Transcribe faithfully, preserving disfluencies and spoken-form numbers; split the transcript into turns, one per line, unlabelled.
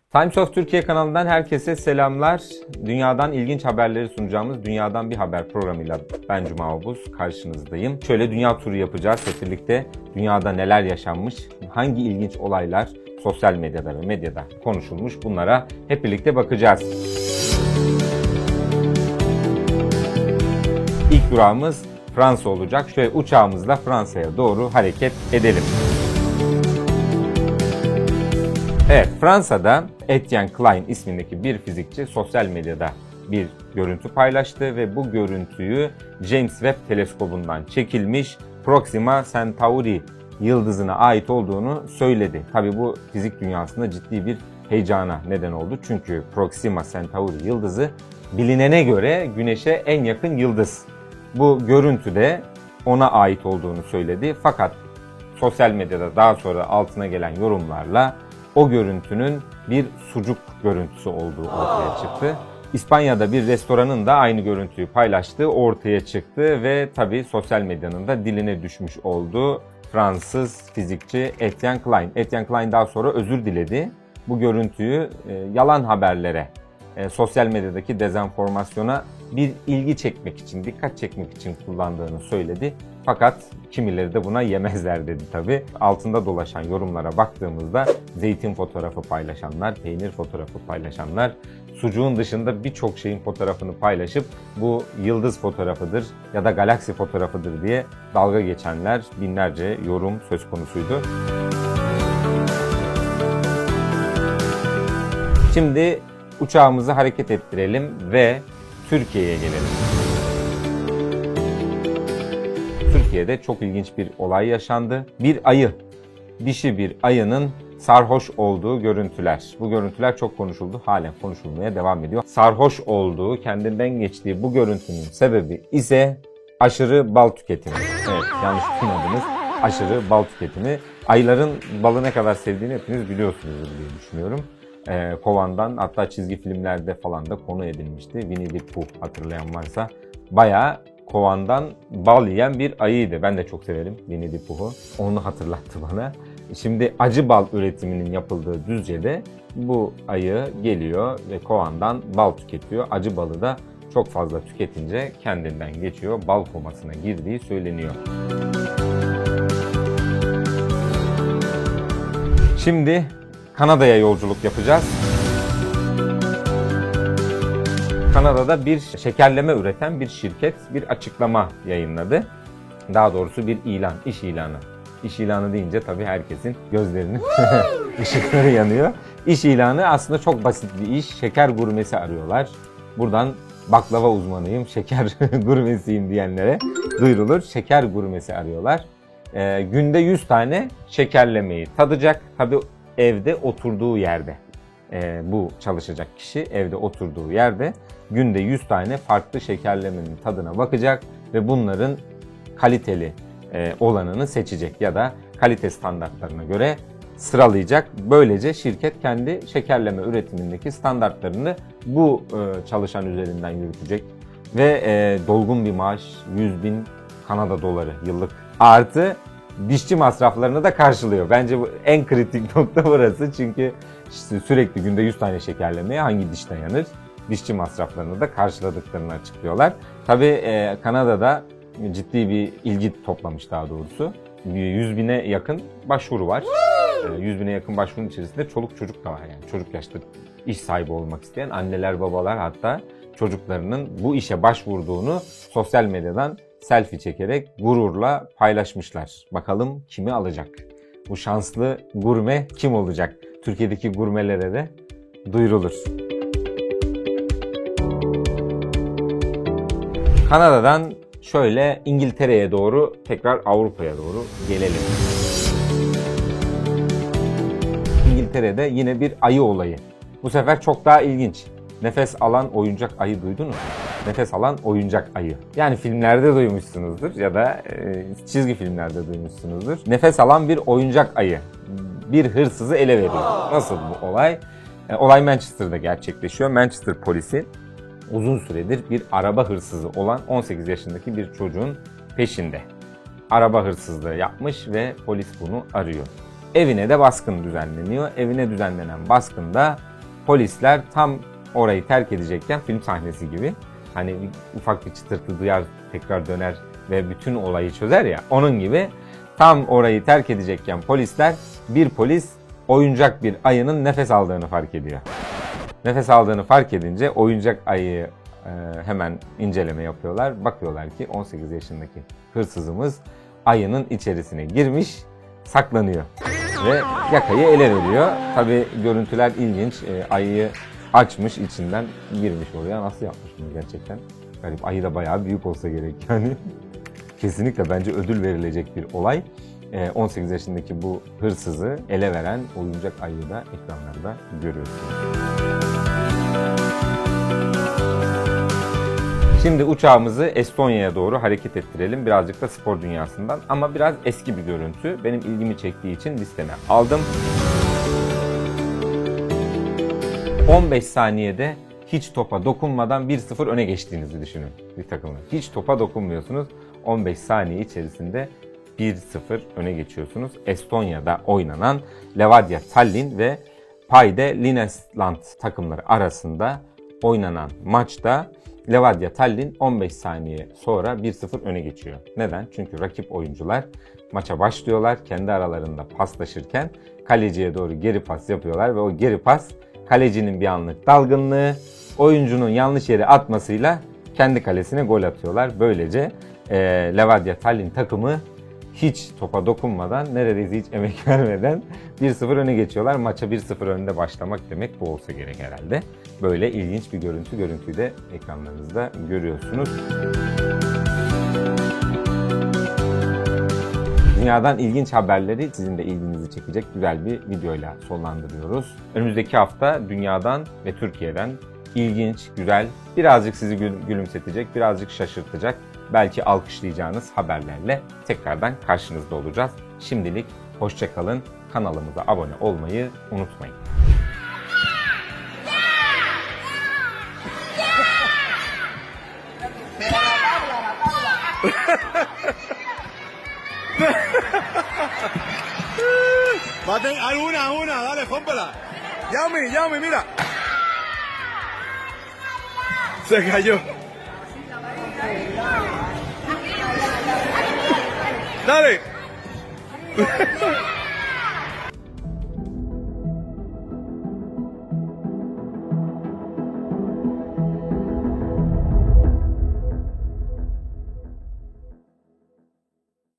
Times of Türkiye kanalından herkese selamlar. Dünyadan ilginç haberleri sunacağımız Dünyadan Bir Haber programıyla ben Cuma Obuz karşınızdayım. Şöyle dünya turu yapacağız hep birlikte. Dünyada neler yaşanmış, hangi ilginç olaylar sosyal medyada ve medyada konuşulmuş, bunlara hep birlikte bakacağız. İlk durağımız Fransa olacak. Şöyle uçağımızla Fransa'ya doğru hareket edelim. Evet, Fransa'da Etienne Klein ismindeki bir fizikçi sosyal medyada bir görüntü paylaştı ve bu görüntüyü James Webb teleskobundan çekilmiş Proxima Centauri yıldızına ait olduğunu söyledi. Tabii bu fizik dünyasında ciddi bir heyecana neden oldu. Çünkü Proxima Centauri yıldızı bilinene göre Güneş'e en yakın yıldız. Bu görüntüde ona ait olduğunu söyledi. Fakat sosyal medyada daha sonra altına gelen yorumlarla o görüntünün bir sucuk görüntüsü olduğu ortaya çıktı. İspanya'da bir restoranın da aynı görüntüyü paylaştığı ortaya çıktı ve tabii sosyal medyanın da diline düşmüş oldu. Fransız fizikçi Etienne Klein. Etienne Klein daha sonra özür diledi. Bu görüntüyü e, yalan haberlere, e, sosyal medyadaki dezenformasyona bir ilgi çekmek için, dikkat çekmek için kullandığını söyledi. Fakat kimileri de buna yemezler dedi tabii. Altında dolaşan yorumlara baktığımızda zeytin fotoğrafı paylaşanlar, peynir fotoğrafı paylaşanlar, sucuğun dışında birçok şeyin fotoğrafını paylaşıp bu yıldız fotoğrafıdır ya da galaksi fotoğrafıdır diye dalga geçenler, binlerce yorum söz konusuydu. Şimdi uçağımızı hareket ettirelim ve Türkiye'ye gelelim. Türkiye'de çok ilginç bir olay yaşandı. Bir ayı, dişi bir ayının sarhoş olduğu görüntüler. Bu görüntüler çok konuşuldu, halen konuşulmaya devam ediyor. Sarhoş olduğu, kendinden geçtiği bu görüntünün sebebi ise aşırı bal tüketimi. Evet, yanlış duymadınız. Aşırı bal tüketimi. Ayıların balı ne kadar sevdiğini hepiniz biliyorsunuzdur diye düşünüyorum. Ee, kovandan, hatta çizgi filmlerde falan da konu edilmişti. Winnie the Pooh, hatırlayan varsa. Bayağı kovandan bal yiyen bir ayıydı. Ben de çok severim Winnie the Pooh'u. Onu hatırlattı bana. Şimdi acı bal üretiminin yapıldığı Düzce'de bu ayı geliyor ve kovandan bal tüketiyor. Acı balı da çok fazla tüketince kendinden geçiyor. Bal komasına girdiği söyleniyor. Şimdi Kanada'ya yolculuk yapacağız. Kanada'da bir şekerleme üreten bir şirket bir açıklama yayınladı. Daha doğrusu bir ilan, iş ilanı. İş ilanı deyince tabii herkesin gözlerinin ışıkları yanıyor. İş ilanı aslında çok basit bir iş. Şeker gurmesi arıyorlar. Buradan baklava uzmanıyım, şeker gurmesiyim diyenlere duyurulur. Şeker gurmesi arıyorlar. Ee, günde yüz tane şekerlemeyi tadacak. Tabii evde oturduğu yerde. Ee, bu çalışacak kişi evde oturduğu yerde günde yüz tane farklı şekerlemenin tadına bakacak ve bunların kaliteli e, olanını seçecek ya da kalite standartlarına göre sıralayacak. Böylece şirket kendi şekerleme üretimindeki standartlarını bu e, çalışan üzerinden yürütecek ve e, dolgun bir maaş, yüz bin Kanada doları yıllık, artı dişçi masraflarını da karşılıyor. Bence bu en kritik nokta burası, çünkü işte sürekli günde yüz tane şekerlemeye hangi diş dayanır? Dişçi masraflarını da karşıladıklarını açıklıyorlar. Tabii e, Kanada'da ciddi bir ilgi toplamış daha doğrusu. yüz bine yakın başvuru var. E, yüz bine yakın başvurunun içerisinde çoluk çocuk da var. Yani çocuk yaşta iş sahibi olmak isteyen anneler, babalar, hatta çocuklarının bu işe başvurduğunu sosyal medyadan selfie çekerek gururla paylaşmışlar. Bakalım kimi alacak? Bu şanslı gurme kim olacak? Türkiye'deki gurmelere de duyurulur. Kanada'dan şöyle İngiltere'ye doğru, tekrar Avrupa'ya doğru gelelim. İngiltere'de yine bir ayı olayı. Bu sefer çok daha ilginç. Nefes alan oyuncak ayı duydunuz mu? Nefes alan oyuncak ayı. Yani filmlerde duymuşsunuzdur ya da e, çizgi filmlerde duymuşsunuzdur. Nefes alan bir oyuncak ayı bir hırsızı ele veriyor. Nasıl bu olay? E, olay Manchester'da gerçekleşiyor. Manchester polisi uzun süredir bir araba hırsızı olan on sekiz yaşındaki bir çocuğun peşinde. Araba hırsızlığı yapmış ve polis bunu arıyor. Evine de baskın düzenleniyor. Evine düzenlenen baskında Polisler tam orayı terk edecekken, film sahnesi gibi, hani ufak bir çıtırtı duyar, tekrar döner ve bütün olayı çözer ya, onun gibi tam orayı terk edecekken polisler, bir polis oyuncak bir ayının nefes aldığını fark ediyor. Nefes aldığını fark edince oyuncak ayıyı e, hemen inceleme yapıyorlar. Bakıyorlar ki on sekiz yaşındaki hırsızımız ayının içerisine girmiş, saklanıyor ve yakayı ele veriyor. Tabii görüntüler ilginç. E, ayıyı açmış, içinden girmiş oraya. Nasıl yapmış bunu gerçekten? Garip. Ayı da bayağı büyük olsa gerek yani. Kesinlikle bence ödül verilecek bir olay. on sekiz yaşındaki bu hırsızı ele veren oyuncak ayıyı da ekranlarda görüyorsunuz. Şimdi uçağımızı Estonya'ya doğru hareket ettirelim. Birazcık da spor dünyasından ama biraz eski bir görüntü. Benim ilgimi çektiği için listeme aldım. on beş saniyede hiç topa dokunmadan bir sıfır öne geçtiğinizi düşünün bir takımın. Hiç topa dokunmuyorsunuz. on beş saniye içerisinde bir sıfır öne geçiyorsunuz. Estonya'da oynanan Levadia Tallinn ve Paide Lillestrøm takımları arasında oynanan maçta Levadia Tallinn on beş saniye sonra bir sıfır öne geçiyor. Neden? Çünkü rakip oyuncular maça başlıyorlar. Kendi aralarında paslaşırken kaleciye doğru geri pas yapıyorlar ve o geri pas kalecinin bir anlık dalgınlığı, oyuncunun yanlış yere atmasıyla kendi kalesine gol atıyorlar. Böylece e, Levadia Tallinn takımı hiç topa dokunmadan, neredeyse hiç emek vermeden bir sıfır öne geçiyorlar. Maça bir sıfır önde başlamak demek bu olsa gerek herhalde. Böyle ilginç bir görüntü. Görüntüyü de ekranlarınızda görüyorsunuz. Dünyadan ilginç haberleri sizin de ilginizi çekecek güzel bir videoyla sonlandırıyoruz. Önümüzdeki hafta dünyadan ve Türkiye'den ilginç, güzel, birazcık sizi gülümsetecek, birazcık şaşırtacak, belki alkışlayacağınız haberlerle tekrardan karşınızda olacağız. Şimdilik hoşça kalın. Kanalımıza abone olmayı unutmayın.
Maten, alguna, una, dale, cómpela. Yami, Yami, mira. Se cayó. Dale.